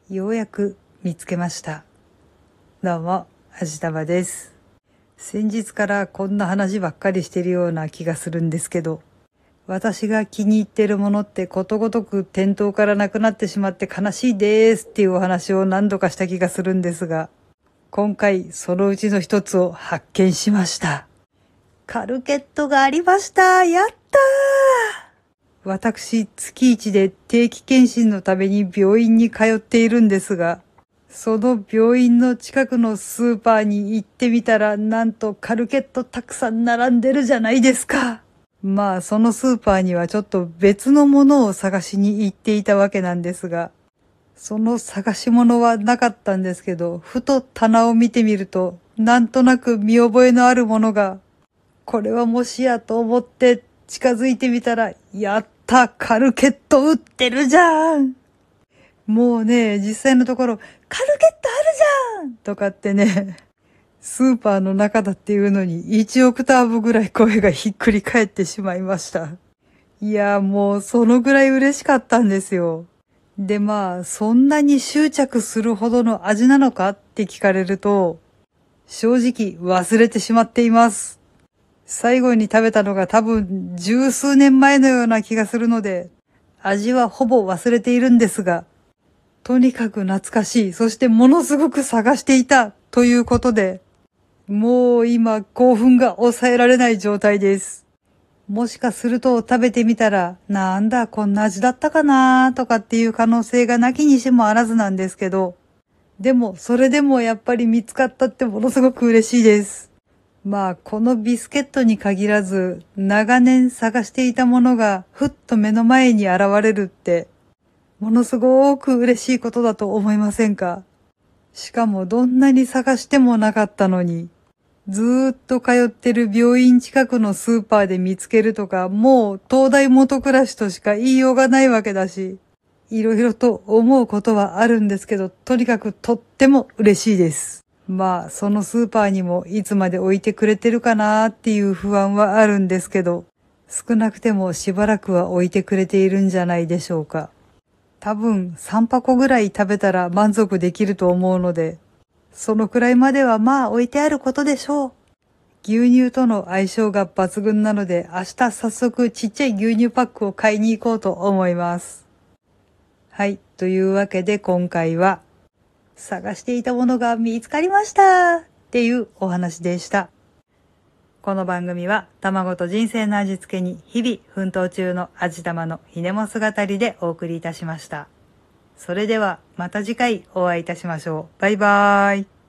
ようやく見つけました。どうも、あじたまです。先日からこんな話ばっかりしてるような気がするんですけど、私が気に入ってるものってことごとく店頭からなくなってしまって悲しいですっていうお話を何度かした気がするんですが、今回そのうちの一つを発見しました。カルケットがありました。やったー！私、月一で定期検診のために病院に通っているんですが、その病院の近くのスーパーに行ってみたら、なんとカルケットたくさん並んでるじゃないですか。まあ、そのスーパーにはちょっと別のものを探しに行っていたわけなんですが、その探し物はなかったんですけど、ふと棚を見てみると、なんとなく見覚えのあるものが、これはもしやと思って近づいてみたら、やった、カルケット売ってるじゃん。もうね、実際のところ、カルケットあるじゃんとかってね、スーパーの中だっていうのに1オクターブぐらい声がひっくり返ってしまいました。いや、もうそのぐらい嬉しかったんですよ。でまあ、そんなに執着するほどの味なのかって聞かれると、正直忘れてしまっています。最後に食べたのが多分十数年前のような気がするので、味はほぼ忘れているんですが、とにかく懐かしい、そしてものすごく探していたということで、もう今興奮が抑えられない状態です。もしかすると食べてみたら、なんだこんな味だったかなとかっていう可能性がなきにしもあらずなんですけど、でもそれでもやっぱり見つかったってものすごく嬉しいです。まあこのビスケットに限らず、長年探していたものがふっと目の前に現れるって、ものすごく嬉しいことだと思いませんか？しかもどんなに探してもなかったのに、ずーっと通ってる病院近くのスーパーで見つけるとか、もう東大元暮らしとしか言いようがないわけだし、いろいろと思うことはあるんですけど、とにかくとっても嬉しいです。まあ、そのスーパーにもいつまで置いてくれてるかなっていう不安はあるんですけど、少なくてもしばらくは置いてくれているんじゃないでしょうか。多分3箱ぐらい食べたら満足できると思うので、そのくらいまではまあ置いてあることでしょう。牛乳との相性が抜群なので、明日早速ちっちゃい牛乳パックを買いに行こうと思います。はい。というわけで今回は、探していたものが見つかりましたっていうお話でした。この番組は卵と人生の味付けに日々奮闘中の味玉のひねも姿りでお送りいたしました。それではまた次回お会いいたしましょう。バイバーイ。